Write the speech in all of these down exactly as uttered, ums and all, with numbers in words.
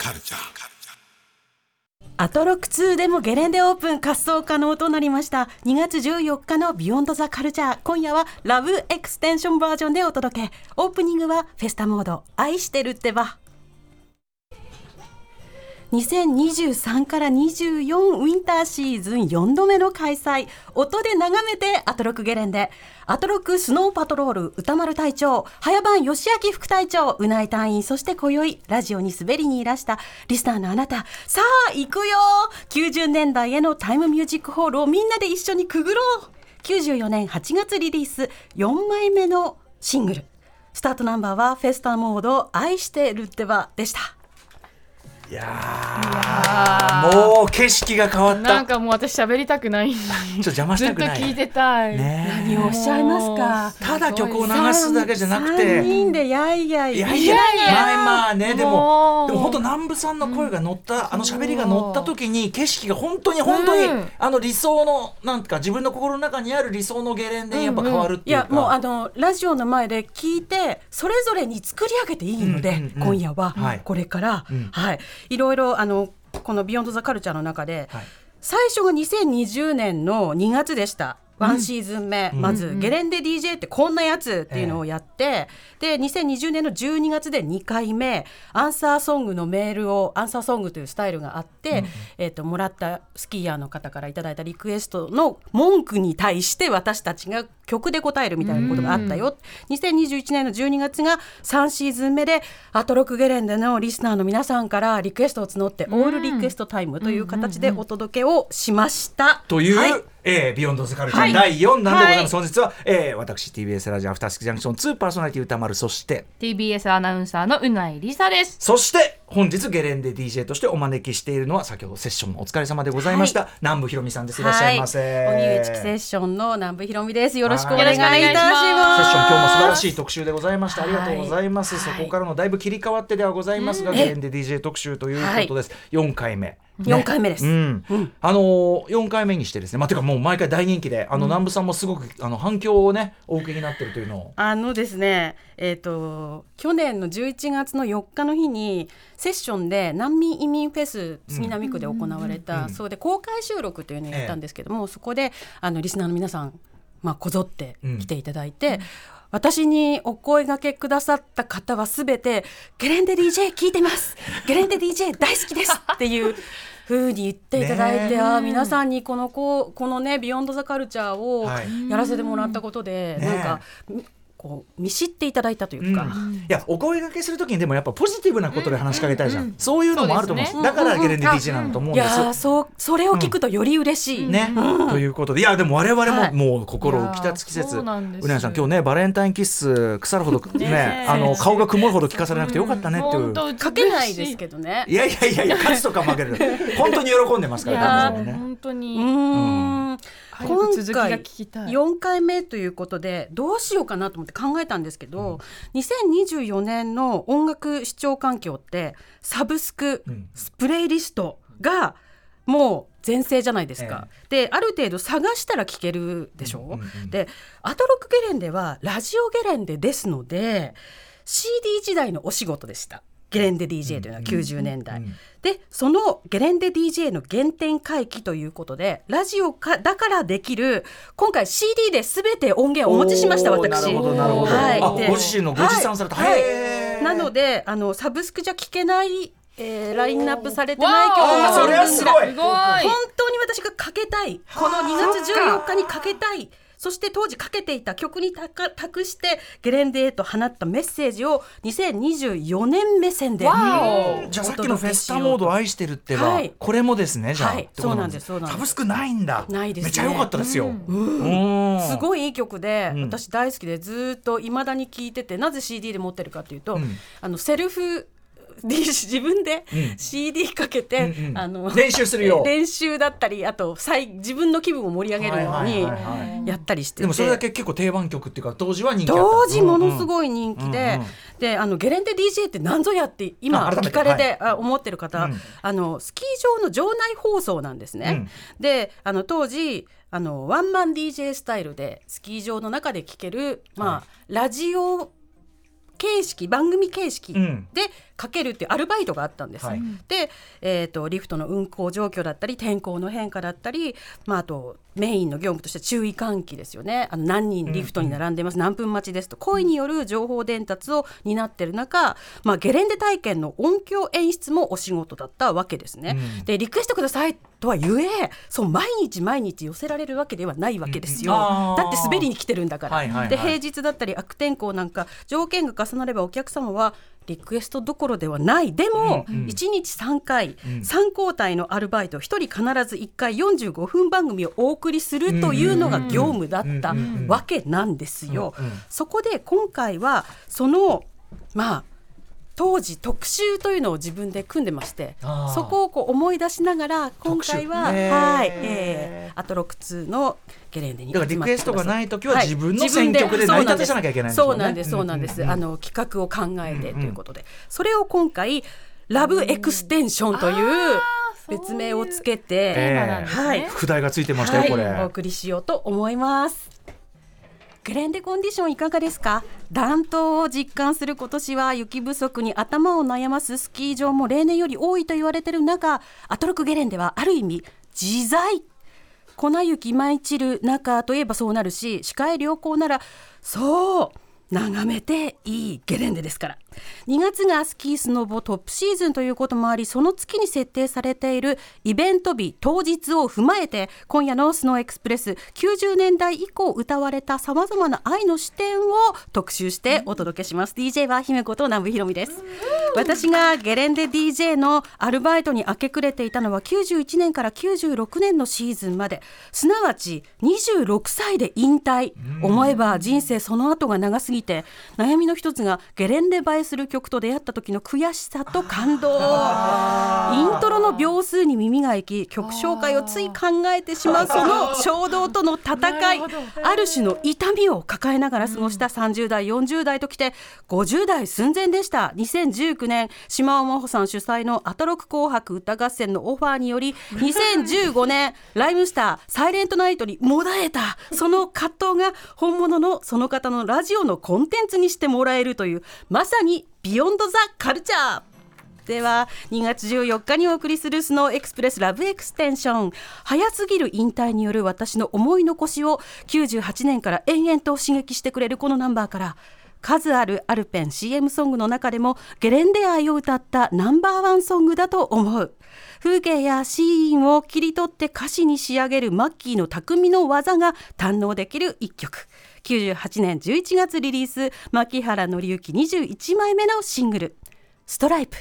カルチャー。 アトロックツーでもゲレンデオープン滑走可能となりました。にがつじゅうよっかのビヨンドザカルチャー、今夜はラブエクステンションバージョンでお届け。オープニングはフェスタモード愛してるってば。にせんにじゅうさんからにじゅうよんウィンターシーズンよんどめの開催。音で眺めてアトロックゲレンデ。アトロックスノーパトロール歌丸隊長、早番義明副隊長、うない隊員、そして今宵ラジオに滑りにいらしたリスナーのあなた、さあ行くよ。きゅうじゅうねんだいへのタイムミュージックホールをみんなで一緒にくぐろう。きゅうじゅうよねんはちがつリリースよんまいめのシングル。スタートナンバーはフェスタモード愛してるってばでした。 いやーもう景色が変わった。 なんかもう私喋りたくない。ちょっと邪魔したくない。 ずっと聞いてたい、 ね、何をおっしゃいますか。 ただ曲を流すだけじゃなくてさんにんでやいやいやいやまあまあね、でもでも本当南部さんの声が乗った、うん、あの喋りが乗った時に景色が本当に本当に、うん、あの理想のなんか自分の心の中にある理想のゲレンデにやっぱ変わるっていうか、 うんうん、いやもうあのラジオの前で聞いてそれぞれに作り上げていいので、うんうんうん、今夜は、はい、これから、うんはい、いろいろあのこのビヨンドザカルチャーの中で、はい、最初がにせんにじゅうねんのにがつでした。ワンシーズン目、うん、まずゲレンデ ディージェー ってこんなやつっていうのをやって、えー、でにせんにじゅうねんのじゅうにがつでにかいめアンサーソングのメールをアンサーソングというスタイルがあって、うんえー、ともらったスキーヤーの方からいただいたリクエストの文句に対して私たちが曲で答えるみたいなことがあったよ、うん、にせんにじゅういちねんのじゅうにがつがさんシーズン目でアトロックゲレンデのリスナーの皆さんからリクエストを募って、うん、オールリクエストタイムという形でお届けをしました、 という、 はいえー、ビヨンドザカルチャーだいよんだんでございます、はい、本日は、えー、私 ティービーエス ラジオアフターシックスジャンクションツーパーソナリティ歌丸、そしてティービーエス アナウンサーのうないりさです。 そして本日ゲレンデ ディージェー としてお招きしているのは先ほどセッションのお疲れ様でございました、はい、南部ひろみさんです。いらっしゃいませ、 はい、鬼打ちセッションの南部ひろみです。よろしくお願いいたします。セッション今日も素晴らしい特集でございました。ありがとうございます、はい、そこからのだいぶ切り替わってではございますが、うん、ゲレンデ ディージェー 特集ということです、はい、よんかいめね、 よんかいめです、 うんうん、あのー、よんかいめにしてですね、まあ、てかもう毎回大人気であの南部さんもすごくあの反響をねお受けになってるというのをあのですね、えーと、去年のじゅういちがつのよっかの日にセッションで難民移民フェス杉並区で行われた、うん、そうで公開収録というのをやったんですけども、ええ、そこであのリスナーの皆さん、まあ、こぞって来ていただいて、うん私にお声掛けくださった方はすべてゲレンデ ディージェー 聞いてますゲレンデ ディージェー 大好きですっていう風に言っていただいて、あ皆さんにこのここのねビヨンドザカルチャーをやらせてもらったことで、はい、なんかこう見知っていただいたというか、うん、 いやお声掛けするときにでもやっぱポジティブなことで話しかけたいじゃん、うんうん、そういうのもあると思うんです、ね、だからゲレンデ ディージェー なんだと思うんです、うんうん、 いや そ, それを聞くとより嬉しい、 うん、ね、うん、ということでいやでも我々ももう心浮き立つ季節、うなやさん今日ねバレンタインキッス腐るほどねねあの顔が曇るほど聞かされなくてよかったねっていう、 うん、かけないですけどね、 いやいやいやいや勝つとか負ける本当に喜んでますからね、本当に、 うんうん今回きよんかいめということでどうしようかなと思って考えたんですけど、うん、にせんにじゅうよねんの音楽視聴環境ってサブスク、うん、プレイリストがもう全盛じゃないですか、ええ、である程度探したら聴けるでしょ、うんうんうん、でアトロックゲレンデはラジオゲレンデですので シーディー 時代のお仕事でした。ゲレンデ ディージェー というのはきゅうじゅうねんだい、うんうん、でそのゲレンデ ディージェー の原点回帰ということでラジオかだからできる今回 シーディー で全て音源をお持ちしました私。 なるほどなるほど、はい、 あご自身のご持参された、 はいはい、なのであのサブスクじゃ聴けないえー、ラインナップされてない曲がそれはすごい本当に私がかけたいこのにがつじゅうよっかにかけたいそして当時かけていた曲に託してゲレンデへと放ったメッセージをにせんにじゅうよねん目線で、 じゃあさっきのフェスタモード愛してるっては、はい、これもですねじゃあ、はい、 そうなんですそうなんです。 サブスクないんだ。 ないですね。 めっちゃ良かったですよ、 うんうん、すごいいい曲で、 うん、 私大好きでずっと未だに聴いてて、なぜ シーディー で持ってるかというと、うん、あのセルフ自分で シーディー かけて、 うんうん、 あの練習するよ練習だったりあと自分の気分を盛り上げるようにやったりしてて、 でもそれだけ結構定番曲っていうか当時は人気あった。 当時ものすごい人気で、うんうん、であのゲレンデ ディージェー って何ぞやって今聞かれて、はい、思ってる方、うん、あのスキー場の場内放送なんですね、うん、であの当時あのワンマン ディージェー スタイルでスキー場の中で聴ける、まあはい、ラジオ形式番組形式でかけるっていうアルバイトがあったんです、はい、で、えーと、リフトの運行状況だったり天候の変化だったり、まあ、あとメインの業務として注意喚起ですよね。あの何人リフトに並んでます、うんうん、何分待ちですと故意による情報伝達を担っている中、まあ、ゲレンデ体験の音響演出もお仕事だったわけですね、うん、でリクエストくださいとはゆえそう毎日毎日寄せられるわけではないわけですよ、うんうん、だって滑りに来てるんだから、はいはいはい、で平日だったり悪天候なんか条件が重なればお客様はリクエストどころではない。でも、うんうん、いちにちさんかい、うん、さん交代のアルバイトひとり必ずいっかいよんじゅうごふん番組をお送りするというのが業務だったわけなんですよ、うんうんうん、そこで今回はそのまあ当時特集というのを自分で組んでまして、そこをこう思い出しながら今回は、はい、えー、アトロクツーのゲレンデにだからリクエストがないときは自分の選曲で成り立たせなきゃいけないんですよね。 そうなんですそうなんです、うんうん、あの企画を考えてということで、うんうん、それを今回ラブエクステンションという別名をつけて、 えーはい、副題がついてましたよ、はい、これお送りしようと思います。ゲレンデコンディションいかがですか。暖冬を実感する今年は雪不足に頭を悩ますスキー場も例年より多いと言われている中、アトロクゲレンデはある意味自在。粉雪舞い散る中といえばそうなるし、視界良好ならそう眺めていいゲレンデですから。にがつがスキースノボトップシーズンということもあり、その月に設定されているイベント日当日を踏まえて、今夜のスノーエクスプレスきゅうじゅうねんだい以降歌われたさまざまな愛の視点を特集してお届けします。 ディージェー は姫子と南部ひろみです。私がゲレンデ ディージェー のアルバイトに明け暮れていたのはきゅうじゅういちねんからきゅうじゅうろくねんのシーズンまで、すなわちにじゅうろくさいで引退。思えば人生その後が長すぎて、悩みの一つがゲレンデ映えする曲と出会った時の悔しさと感動。イントロの秒数に耳が行き、曲紹介をつい考えてしまうその衝動との戦い、ある種の痛みを抱えながら過ごしたさんじゅうだいよんじゅうだいときてごじゅうだい寸前でした。にせんじゅうきゅうねん島尾真帆さん主催のアトロク紅白歌合戦のオファーにより、にせんじゅうごねんライムスターサイレントナイトにもだえたその葛藤が本物のその方のラジオのコンテンツにしてもらえるという、まさにビヨンドザカルチャーでは、にがつじゅうよっかにお送りするスノーエクスプレスラブエクステンション、早すぎる引退による私の思い残しをきゅうじゅうはちねんから延々と刺激してくれるこのナンバーから、数あるアルペン シーエム ソングの中でもゲレンデ愛を歌ったナンバーワンソングだと思う。風景やシーンを切り取って歌詞に仕上げるマッキーの匠の技が堪能できる一曲。きゅうじゅうはちねんじゅういちがつリリース、牧原紀之にじゅういちまいめのシングルストライプ。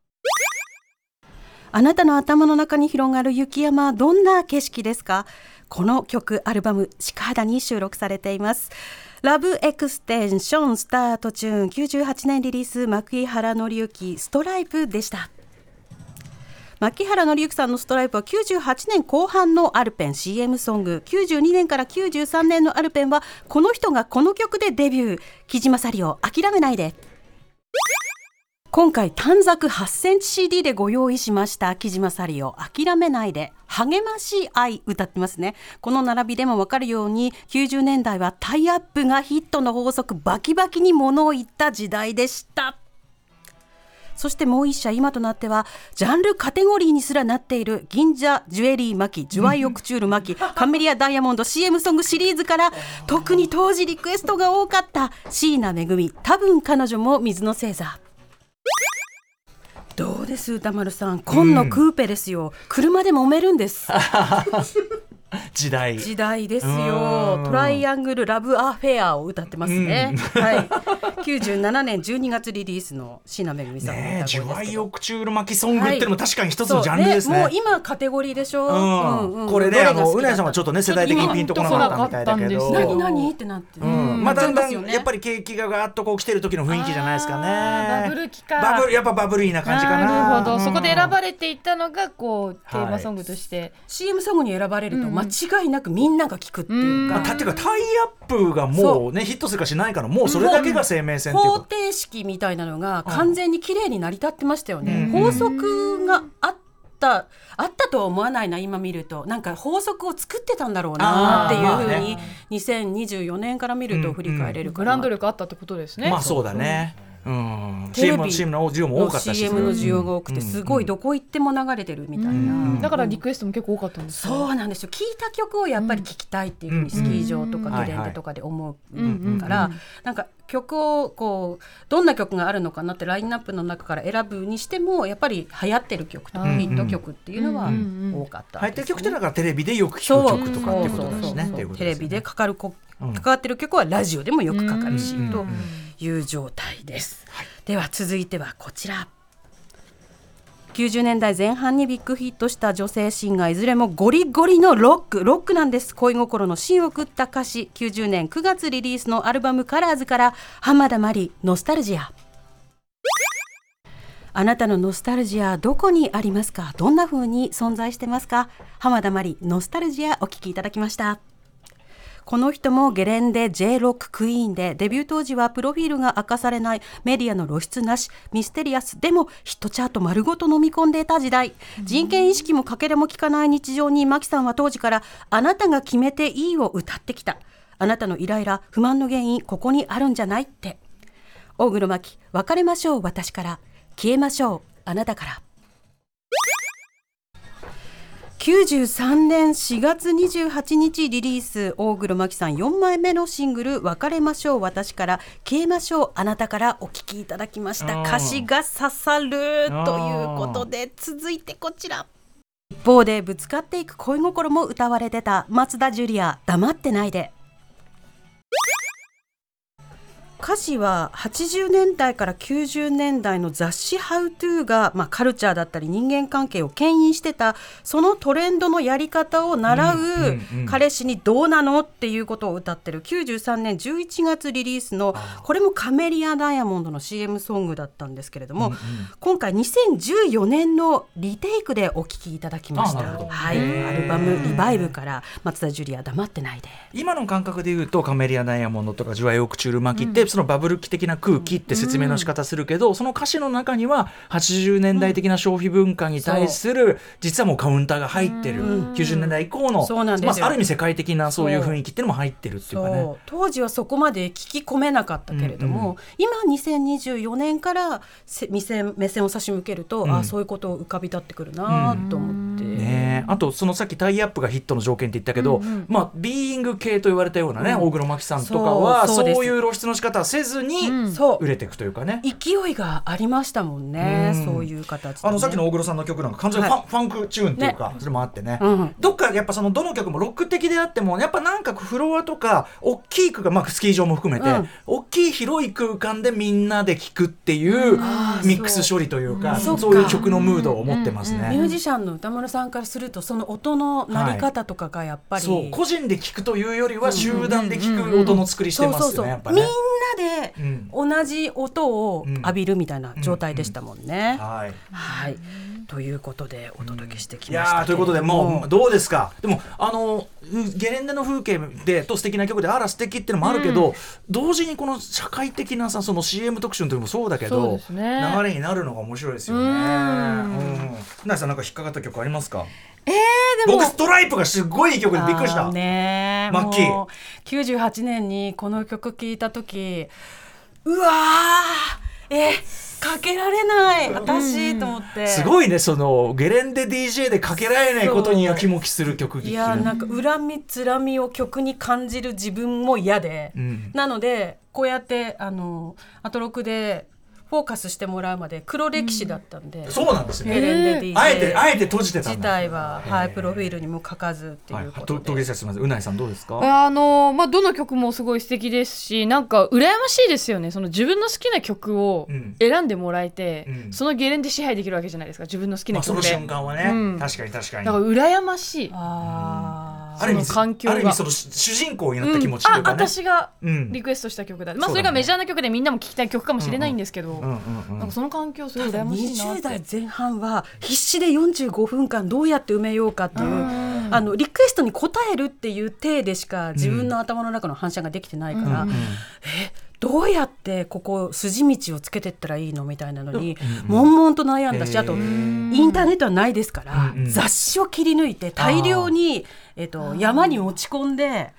あなたの頭の中に広がる雪山、どんな景色ですか。この曲アルバムシカハダに収録されています。ラブエクステンションスタートチューン、きゅうじゅうはちねんリリース、牧原紀之ストライプでした。牧原紀之さんのストライプはきゅうじゅうはちねんこう半のアルペン シーエム ソング、きゅうじゅうにねんからきゅうじゅうさんねんのアルペンはこの人がこの曲でデビュー。木島サリオ、諦めないで。今回短冊はちセンチ シーディー でご用意しました。木島サリオ、諦めないで、励ましい愛歌ってますね。この並びでも分かるようにきゅうじゅうねんだいはタイアップがヒットの法則、バキバキに物を言った時代でした。そしてもう一社、今となってはジャンルカテゴリーにすらなっている銀座ジュエリー巻き、ジュワイオクチュール巻き、カメリアダイヤモンド シーエム ソングシリーズから、特に当時リクエストが多かった椎名恵美、多分彼女も水の星座。どうです歌丸さん、紺のクーペですよ、うん、車で揉めるんです時代時代ですよ。トライアングルラブアフェアを歌ってますね、はい、きゅうじゅうななねんじゅうにがつリリースの椎名恵美さんの歌声ですけど、 ジュワイオクチュール巻きソングっていうのも確かに一つのジャンルですね、 ね、もう今カテゴリーでしょ、うんうんうん、これね、あのうなやさんはちょっとね世代的にピンとこなかったみたいだけど、 何何ってなって、うんうん、まあだんだんやっぱり景気がガーッとこう来てる時の雰囲気じゃないですかね。 バブル期か、 バブル、やっぱバブリーな感じかな。 なるほど、うん、そこで選ばれていったのがこうテーマソングとして、はい、 シーエム ソングに選ばれると間違いなくみんなが聞くっていうか、 うん、まあ、ていうかタイアップがもうねヒットするかしないかの、もうそれだけが生命線っていうか、 方程式みたいなのが完全に綺麗に成り立ってましたよね、うん、法則があったあったとは思わないな、今見ると。なんか法則を作ってたんだろうなっていうふうににせんにじゅうよねんから見ると振り返れるから、 うんうん、ブランド力あったってことですね。 まあそうだね、 うん、テレビ シーエム の需要も多かったしシーエム の需要が多くて、すごいどこ行っても流れてるみたいな、うん、 だからリクエストも結構多かったんですか？ そうなんですよ。聞いた曲をやっぱり聞きたいっていうふうにスキー場とかゲレンデとかで思うからなんか曲をこうどんな曲があるのかなってラインナップの中から選ぶにしてもやっぱり流行ってる曲とかヒット曲っていうのは多かったですね。 流行ってる曲ってだからテレビでよく聴く曲とかっていうことですね。 テレビでかかるこ関わってる曲はラジオでもよくかかるしという状態です、はい、では続いてはこちら。きゅうじゅうねんだいぜん半にビッグヒットした女性シンガーいずれもゴリゴリのロックロックなんです。恋心の芯を食った歌詞。きゅうじゅうねんくがつリリースのアルバムカラーズから浜田真理ノスタルジア。あなたのノスタルジアどこにありますか？どんな風に存在してますか？浜田真理ノスタルジアお聴きいただきました。この人もゲレンデ J ロッククイーンでデビュー当時はプロフィールが明かされないメディアの露出なしミステリアスでもヒットチャート丸ごと飲み込んでいた時代、人権意識もかけらも聞かない日常にマキさんは当時からあなたが決めていいを歌ってきた。あなたのイライラ不満の原因ここにあるんじゃないって。大黒摩季別れましょう私から消えましょうあなたから。きゅうじゅうさんねんしがつにじゅうはちにちリリース、大黒摩季さんよんまいめのシングル別れましょう私から消えましょうあなたからお聴きいただきました。歌詞が刺さるということで続いてこちら。一方でぶつかっていく恋心も歌われてた松田ジュリア黙ってないで。歌詞ははちじゅうねんだいからきゅうじゅうねんだいの雑誌ハウトゥーが、まあ、カルチャーだったり人間関係を牽引してたそのトレンドのやり方を習う彼氏にどうなのっていうことを歌ってるきゅうじゅうさんねんじゅういちがつリリースのこれもカメリアダイヤモンドの シーエム ソングだったんですけれども、うんうん、今回にせんじゅうよねんのリテイクでお聴きいただきました。はい、アルバムリバイブから松田ジュリア黙ってないで。 今の感覚で言うとカメリアダイヤモンドとかジュワイオクチュールマキって、うんそのバブル期的な空気って説明の仕方するけど、うん、その歌詞の中にははちじゅうねんだい的な消費文化に対する、うん、実はもうカウンターが入ってる、うん、きゅうじゅうねんだい以降の、まあ、ある意味世界的なそういう雰囲気っていうのも入ってるっていうかね。 当時はそこまで聞き込めなかったけれども、うんうん、今にせんにじゅうよねんから目線、目線を差し向けると、うん、あそういうことを浮かび立ってくるなと思って、うんね、あとそのさっきタイアップがヒットの条件って言ったけど、うんうんまあ、ビーイング系と言われたようなね、うん、大黒摩季さんとかはそう、そう、そういう露出の仕方はせずに、うん売れていくというかね、 勢いがありましたもんね、うん、そういう形で、ね、 あのさっきの大黒さんの曲なんか完全にファン、はい、ファンクチューンっていうか、ね、それもあってね、うん、どっかやっぱそのどの曲もロック的であってもやっぱなんかフロアとか大きい空間、まあ、スキー場も含めて、うん、大きい広い空間でみんなで聴くっていうミックス処理というか、うん、そう、そういう曲のムードを持ってますね、うんうんうん、 ミュージシャンの歌丸さんからするとその音の鳴り方とかがやっぱり、 はい、そう個人で聴くというよりは集団で聴く音の作りしてますよね、やっぱね。 みんなで同じ音を浴びるみたいな状態でしたもんね、うんうんうんはいはい、ということでお届けしてきました、うん、いやということでもうどうですか。でもあのゲレンデの風景でと素敵な曲であら素敵っていうのもあるけど、うん、同時にこの社会的なさその シーエム 特集の時もそうだけど、ね、流れになるのが面白いですよね。うん、なさんなんか引っかかった曲ありますか。 えー、でも僕ストライプがすごいいい曲でびっくりした。 ねマッキーきゅうじゅうはちねんにこの曲聴いた時うわーえかけられない私、うん、と思ってすごいねそのゲレンデ ディージェー でかけられないことにやきもきする曲。 いやなんか恨みつらみを曲に感じる自分も嫌で、うん、なのでこうやってあのアトロクでフォーカスしてもらうまで黒歴史だったんで、 うん、そうなんですね。 ゲレンデ ディージェーあえてあえて閉じてたんだ自体は、はい、プロフィールにも書かずっていうことで、はい、 とすみませんうないさんどうですか。 あの、まあ、どの曲もすごい素敵ですしなんか羨ましいですよね。その自分の好きな曲を選んでもらえて、うん、そのゲレンデ支配できるわけじゃないですか自分の好きな曲で、まあ、その瞬間はね、うん、確かに確かにだから羨ましい。 あある意味その環境がある意味その主人公になった気持ちというかね、 うん、あ私がリクエストした曲だ、うんまあ、それがメジャーな曲でみんなも聴きたい曲かもしれないんですけど、なんかその環境すごい羨ましいなって。 にじゅうだいぜん半は必死でよんじゅうごふんかんどうやって埋めようかっていうあのリクエストに応えるっていう体でしか自分の頭の中の反射ができてないから、うんうん、えどうやってここ筋道をつけてったらいいのみたいなのに、うんうん、悶々と悩んだし、あとインターネットはないですから、うんうん、雑誌を切り抜いて大量に、はいえー、と山に持ち込んで、はい、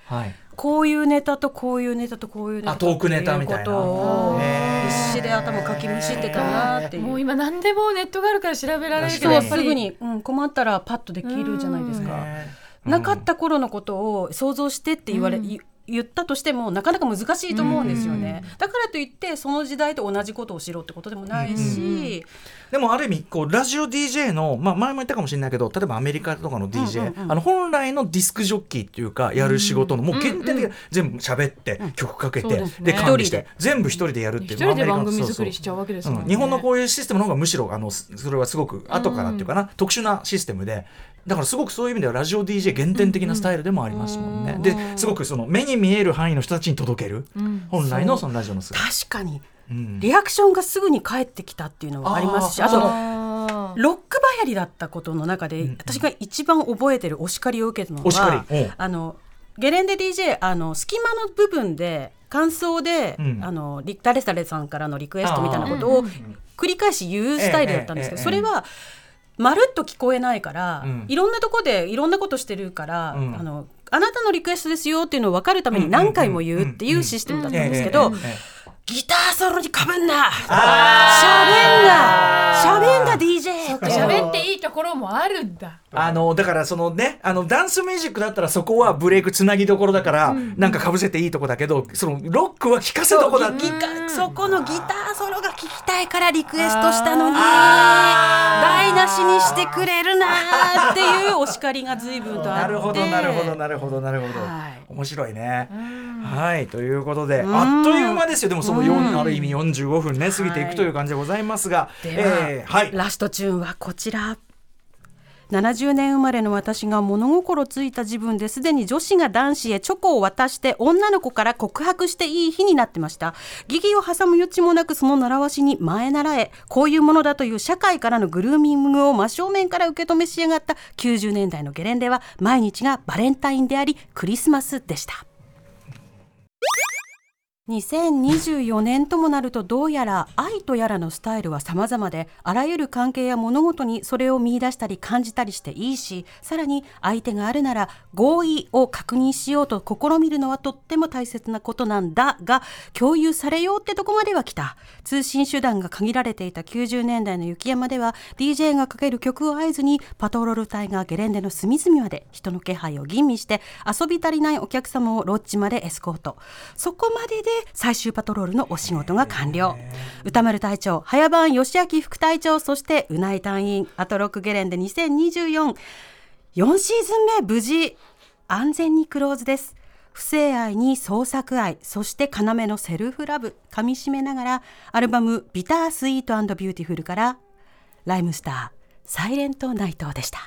こういうネタとこういうネタとこういうネタとトークネタみたいなことを必死で頭かきむしってたなっていう。 もう今何でもネットがあるから調べられるけど、やっぱりすぐに、うん、困ったらパッとできるじゃないですか。なかった頃のことを想像してって言われ、うん言ったとしてもなかなか難しいと思うんですよね、うん、だからといってその時代と同じことをしろってことでもないし、うんうん、 でもある意味こうラジオ ディージェー の、まあ、前も言ったかもしれないけど例えばアメリカとかの ディージェー、うんうんうん、あの本来のディスクジョッキーっていうかやる仕事のもう原点的に全部喋って、うん、曲かけて、うん、で管理して全部一人でやるっていう、 一人で番組作りしちゃうわけですもんね、 うん、日本のこういうシステムの方がむしろあのそれはすごく後からっていうかな、うん、特殊なシステムでだからすごくそういう意味ではラジオ ディージェー 原点的なスタイルでもありますもんね、うんうん、ですごくその目に見える範囲の人たちに届ける、うん、本来のそのラジオの姿。 確かに、うん、リアクションがすぐに返ってきたっていうのはありますし、あとロック流行りだったことの中で、うん、私が一番覚えてるお叱りを受けたのはあのゲレンデ ディージェー あの隙間の部分で感想で、うん、あの誰々さんからのリクエストみたいなことを繰り返し言うスタイルだったんですけど、それはまるっと聞こえないから、うん、いろんなとこでいろんなことしてるから、うん、あのあなたのリクエストですよっていうのを分かるために何回も言うっていうシステムだったんですけど、ギターソロにかぶんな、しゃべんな、しゃべんな ディージェーしゃべっていいところもあるんだ。 あのだからそのねあのダンスミュージックだったらそこはブレイクつなぎどころだから、うん、なんかかぶせていいとこだけどそのロックは聴かせどこだって、 うん、そこのギターソロが聴きたいからリクエストしたのに台無しにしてくれるなっていうお叱りが随分とあって、 なるほどなるほどなるほどなるほど、はい、面白いね。はいということであっという間ですよ。でもそのよんある意味よんじゅうごふんね過ぎていくという感じでございますが、 はいえーはい、ラストチューンはこちら。ななじゅうねん生まれの私が物心ついた自分ですでに女子が男子へチョコを渡して女の子から告白していい日になってました。疑義を挟む余地もなくその習わしに前習え、こういうものだという社会からのグルーミングを真正面から受け止めしやがったきゅうじゅうねんだいのゲレンデは毎日がバレンタインでありクリスマスでした。にせんにじゅうよねんともなるとどうやら愛とやらのスタイルは様々で、あらゆる関係や物事にそれを見出したり感じたりしていいし、さらに相手があるなら合意を確認しようと試みるのはとっても大切なことなんだが、共有されようってとこまでは来た。通信手段が限られていたきゅうじゅうねんだいの雪山では ディージェー がかける曲を合図にパトロール隊がゲレンデの隅々まで人の気配を吟味して遊び足りないお客様をロッジまでエスコート。そこまでで最終パトロールのお仕事が完了。歌丸隊長、早番義明副隊長、そしてうない隊員、アトロックゲレンデにせんにじゅうよん、よんシーズンめ無事安全にクローズです。不正愛に創作愛、そして要のセルフラブ噛みしめながらアルバムビタースイート&ビューティフルからライムスターサイレントナイトでした。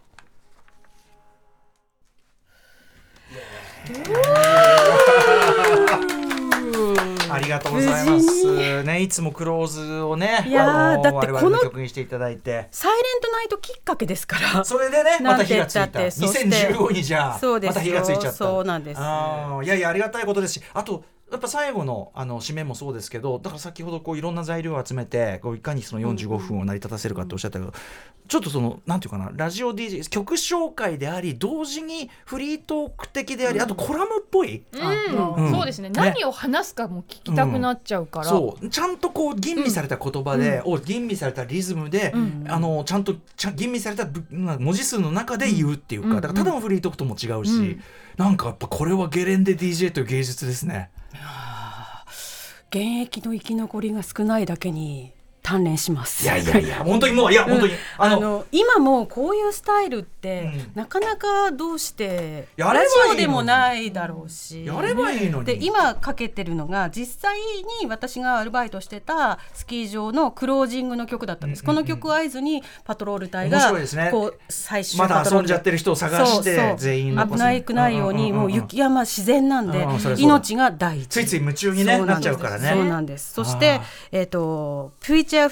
ありがとうございますね。いつもクローズをね、 いやだってこの曲にしていただいて、 サイレントナイトきっかけですから。 それでねまた火がついた。にせんじゅうごにじゃあまた火がついちゃった。 そうなんです。 あいやいやありがたいことですし、あとやっぱ最後 の, あの締めもそうですけど、だから先ほどこういろんな材料を集めてこういかにそのよんじゅうごふんを成り立たせるかっておっしゃったけど、うん、ちょっとそのなんていうかな、ラジオ ディージェー 曲紹介であり同時にフリートーク的であり、うん、あとコラムっぽい、 うんうん、そうですね、何を話すかも聞きたくなっちゃうから、うん、 そうちゃんとこう吟味された言葉で、うん、吟味されたリズムで、うん、あのちゃんとちゃ吟味された文字数の中で言うっていうか、だからただのフリートークとも違うし、うん、なんかやっぱこれはゲレンデ ディージェー という芸術ですね。 現役の生き残りが少ないだけに鍛錬します。 いやいやいや本当にもういや本当に、うん、 あのあの今もこういうスタイルって、うん、なかなかどうしてラジオでもないだろうし、 やればいいのに。 で今かけてるのが実際に私がアルバイトしてたスキー場のクロージングの曲だったんです、うんうんうん、この曲を合図にパトロール隊が、ね、こう最終パトロールでまだ遊んじゃってる人を探してそうそう全員危ないくないように、うんうんうんうん、もう雪山自然なんで、うん、命が第一、 ついつい夢中に、ね、なっちゃうからね。 そうなんです。そして、えーと、フューチャーフ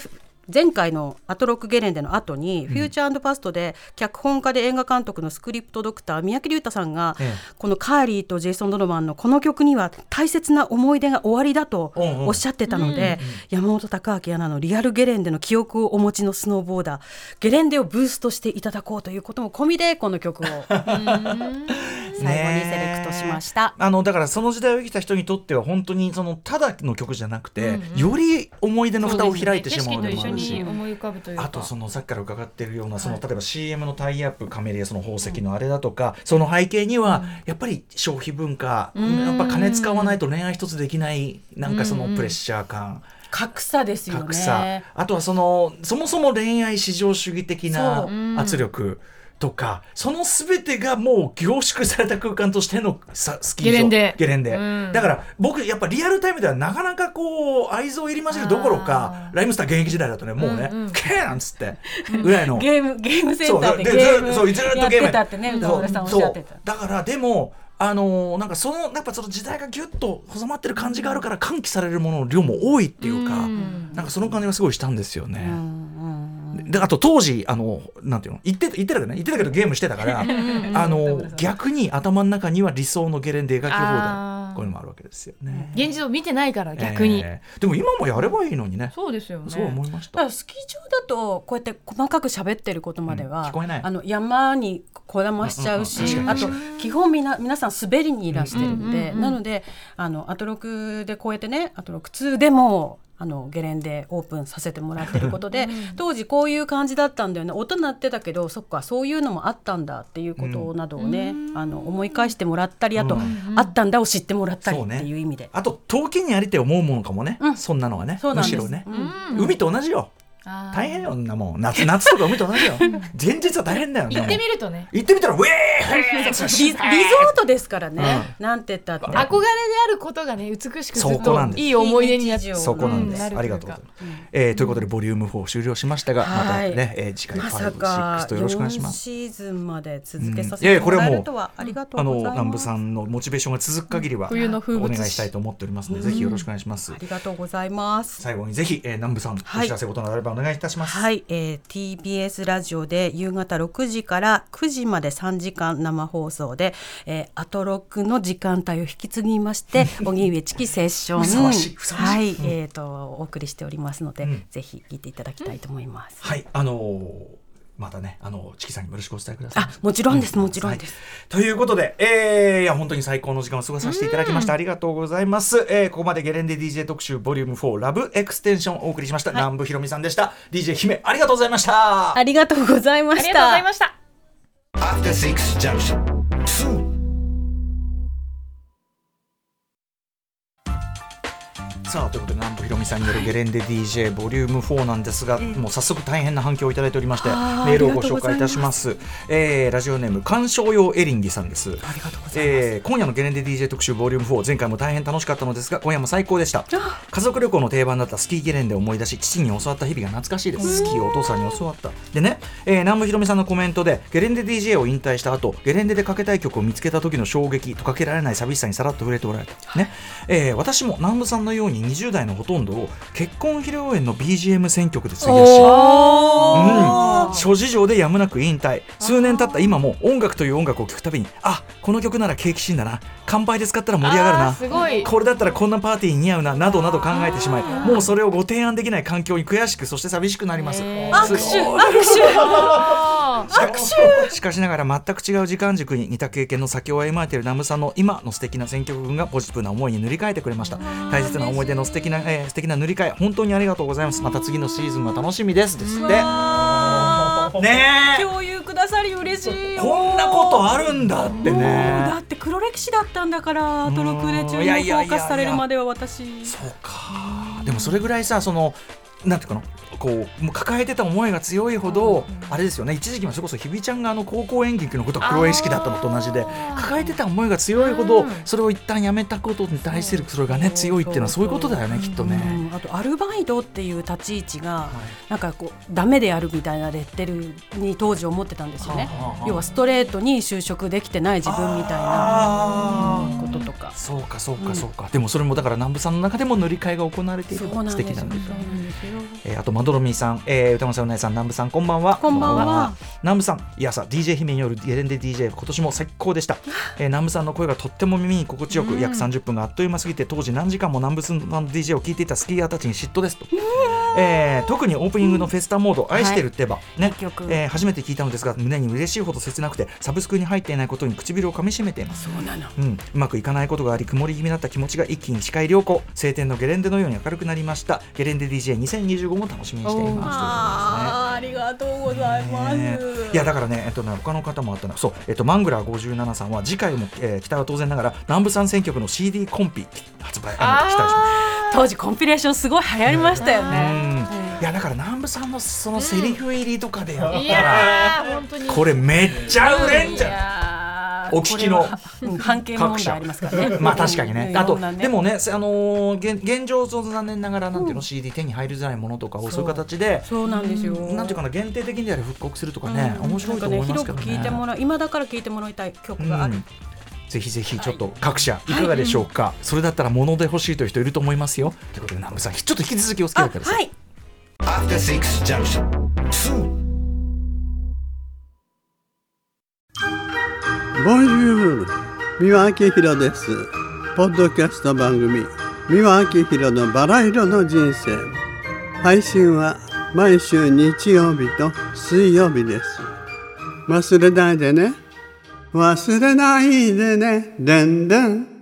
前回のアトロックゲレンデの後に、うん、フューチャー&パストで脚本家で映画監督のスクリプトドクター三宅龍太さんが、ええ、このカーリーとジェイソン・ドノバンのこの曲には大切な思い出が終わりだとおっしゃってたので、うんうん、山本孝明アナのリアルゲレンデの記憶をお持ちのスノーボーダー、ゲレンデをブーストしていただこうということも込みでこの曲を最後にセレクトしました。 あのだからその時代を生きた人にとっては本当にそのただの曲じゃなくて、うんうん、より思い出の蓋を開いてしまうのもあるし、あとそのさっきから伺っているようなその、はい、例えば シーエム のタイアップカメリアその宝石のあれだとか、うん、その背景にはやっぱり消費文化、うん、やっぱ金使わないと恋愛一つできないなんかそのプレッシャー感、うんうん格差ですよね。 格差、あとはそのそもそも恋愛至上主義的な圧力とか、その全てがもう凝縮された空間としてのスキー場ゲレンデ、 ゲレンデ、うん、だから僕やっぱリアルタイムではなかなかこう愛憎入り混じるどころか、ライムスター現役時代だとねもうね、うんうん、ケーンっつってぐらいのゲームゲームセンターでゲームやってたってね、歌丸さんおっしゃってた。 だからでもあのー、なんかそのやっぱその時代がギュッと収まってる感じがあるから喚起されるものの量も多いっていうか、うん、なんかその感じがすごいしたんですよね。うんうん、であと当時あのなんていうの言って言ってたけどね言ってたけどゲームしてたからあの逆に頭の中には理想のゲレンデ描き放題こういうのもあるわけですよね。 現実を見てないから逆に、 えー、でも今もやればいいのにね。 そうですよね。 そう思いました。 だからスキー場だとこうやって細かく喋ってることまでは、 うん、聞こえない。 あの山にこだましちゃうし、うんうんうん、あと基本みな皆さん滑りにいらしてるんで、うんうんうん、なのであのアトロクでこうやってねアトロクツーでもあのゲレンデオープンさせてもらってることで、うん、当時こういう感じだったんだよね、音鳴ってたけどそっかそういうのもあったんだっていうことなどをね、うん、あの思い返してもらったり、あと、うん、あったんだを知ってもらったりっていう意味で、ね、 あと遠きにありて思うものかもね、うん、そんなのはね、むしろね、うん、海と同じよ。大変よなもん 夏, 夏とか海と同じよ前日は大変だよね。 行ってみるとね行ってみたらウェーリ, リゾートですからね、うん、なんて言ったって憧れであることがね美しくずっといい思い出になってそこなんです、うん、ありがとうございます、うんえー、ということでボリュームフォー終了しましたが、またね、えー、次回ファイブ、シックスとよろしくお願いします。 よんシーズンまで続けさせてもらえるとはありがとうございます。 南部さんのモチベーションが続く限りは、うん、お願いしたいと思っておりますので、うん、ぜひよろしくお願いします。 ありがとうございます。 最後にぜひ、えー、南部さん、はい、お知らせことなどあればお願いいたします。 はい、えー、ティービーエス ラジオで夕方ろくじからくじまでさんじかん生放送で、えー、アトロックの時間帯を引き継ぎまして荻上チキセッションふさわしいふさわしい、 はい、うん、えー、とお送りしておりますので、うん、ぜひ聞いていただきたいと思います、 うん、はい、あのーまたね、あのチキさんにもよろしくお伝えください。 あ、もちろんです、もちろんです。 はい、ということで、えー、いや本当に最高の時間を過ごさせていただきました。ありがとうございます。えー、ここまでゲレンデ ディージェー 特集ボリュームフォーラブエクステンションをお送りしました、はい、南部ひろみさんでした。 ディージェー 姫ありがとうございました。 ありがとうございました。 ありがとうございました。 アフターシックスジャンクションツー。 さあということで南部ひろみさんによるゲレンデ ディージェー ボリュームフォーなんですが、はい、もう早速大変な反響をいただいておりまして、メールをご紹介いたします。えー、ラジオネーム鑑賞用エリンギさんです。 ありがとうございます。 えー、今夜のゲレンデ ディージェー 特集ボリュームフォー、前回も大変楽しかったのですが今夜も最高でした。家族旅行の定番だったスキーゲレンデを思い出し、父に教わった日々が懐かしいです。スキーをお父さんに教わったでね、えー、南部ひろみさんのコメントでゲレンデ ディージェー を引退した後ゲレンデでかけたい曲を見つけた時の衝撃とかけられない寂しさにさらっと触れておられた、ねえー、私も南部さんのようににじゅう代のほとんどを結婚披露宴の ビージーエム 選曲で費やし、うん、諸事情でやむなく引退。数年経った今も音楽という音楽を聴くたびに、あ、この曲なら景気シーンだな、乾杯で使ったら盛り上がるな、 すごいこれだったらこんなパーティーに似合うななどなど考えてしまい、もうそれをご提案できない環境に悔しく、そして寂しくなります。 握手握手握手。 しかしながら全く違う時間軸に似た経験の先を歩まれている南部さんの今の素敵な選曲群がポジティブな思いに塗り替えてくれました。大切な思い出の素敵な、えー、素敵な塗り替え本当にありがとうございます。また次のシーズンが楽しみですですってね。共有くださり嬉しいよ。 こんなことあるんだってね。 だって黒歴史だったんだから、アトロクで注目フォーカスされるまでは私。 そうか。でもそれぐらいさ、そのなんていうかな、こうもう抱えてた思いが強いほど、あれですよね、一時期はそれこそ日比ちゃんがあの高校演劇のことが黒い意識だったのと同じで、抱えてた思いが強いほど、それを一旦やめたことに対するそれがね強いっていうのはそういうことだよね、きっとね。 うん、あとアルバイトっていう立ち位置が、はい、なんかこうダメであるみたいなレッテルに当時思ってたんですよね。はあはあ、要はストレートに就職できてない自分みたいなことこととか、 そうかそうかそうか、うん、でもそれもだから南部さんの中でも塗り替えが行われている素敵なんですよ。えー、あとまどろみさん、えー、歌丸さんお姉さん南部さんこんばんは。 こんばんは。 南部さんいやさ ディージェー 姫によるゲレンデ ディージェー 今年も最高でした、えー、南部さんの声がとっても耳に心地よく、うん、約さんじゅっぷんがあっという間すぎて当時何時間も南部さんの ディージェー を聞いていたスキーヤーたちに嫉妬ですと、えー、特にオープニングのフェスタモード、うん、愛してるってば、はい、ね、えー、初めて聞いたのですが胸に嬉しいほど切なくてサブスクに入っていないことに唇をかみしめています。 そうなの、 うん、うまくいかないことがあり曇り気味だった気持ちが一気に視界良好、晴天のゲレンデのように明るくなりました。ゲレンデ ディージェーにせんにじゅうご も楽しみにしています。 あ, ありがとうございます、ね、 いやだからね、えっとね、他の方もあったな、そう、えっと、マングラーごじゅうななさんは次回も、えー、北は当然ながら南部さん選曲の シーディー コンピ発売あの期待します。 当時コンピレーションすごい流行りましたよね。 いやだから南部さんのそのセリフ入りとかでやったら、 うん、いや本当にこれめっちゃ売れんじゃん。お聞きの半径問題ありますからね。 まあ確かにね。あとでもね、あのー、現, 現状残念ながらなんていうの、うん、シーディー 手に入りづらいものとかをそういう形で、 そうなんですよ。 なんていうかな、限定的にあれ復刻するとかね、うん、面白いと思いますけどね。 広く聞いてもらう、今だから聞いてもらいたい曲がある。うん、 ぜひぜひちょっと各社いかがでしょうか。はい、それだったら物で欲しいという人いると思いますよ。ということで南部さんちょっと引き続きお付き合いください。はい。 After Six Junction ツー。 ボンジュール、三輪明宏です。ポッドキャスト番組三輪明宏のバラ色の人生、配信は毎週日曜日と水曜日です。忘れないでね、忘れないでね、でんでん。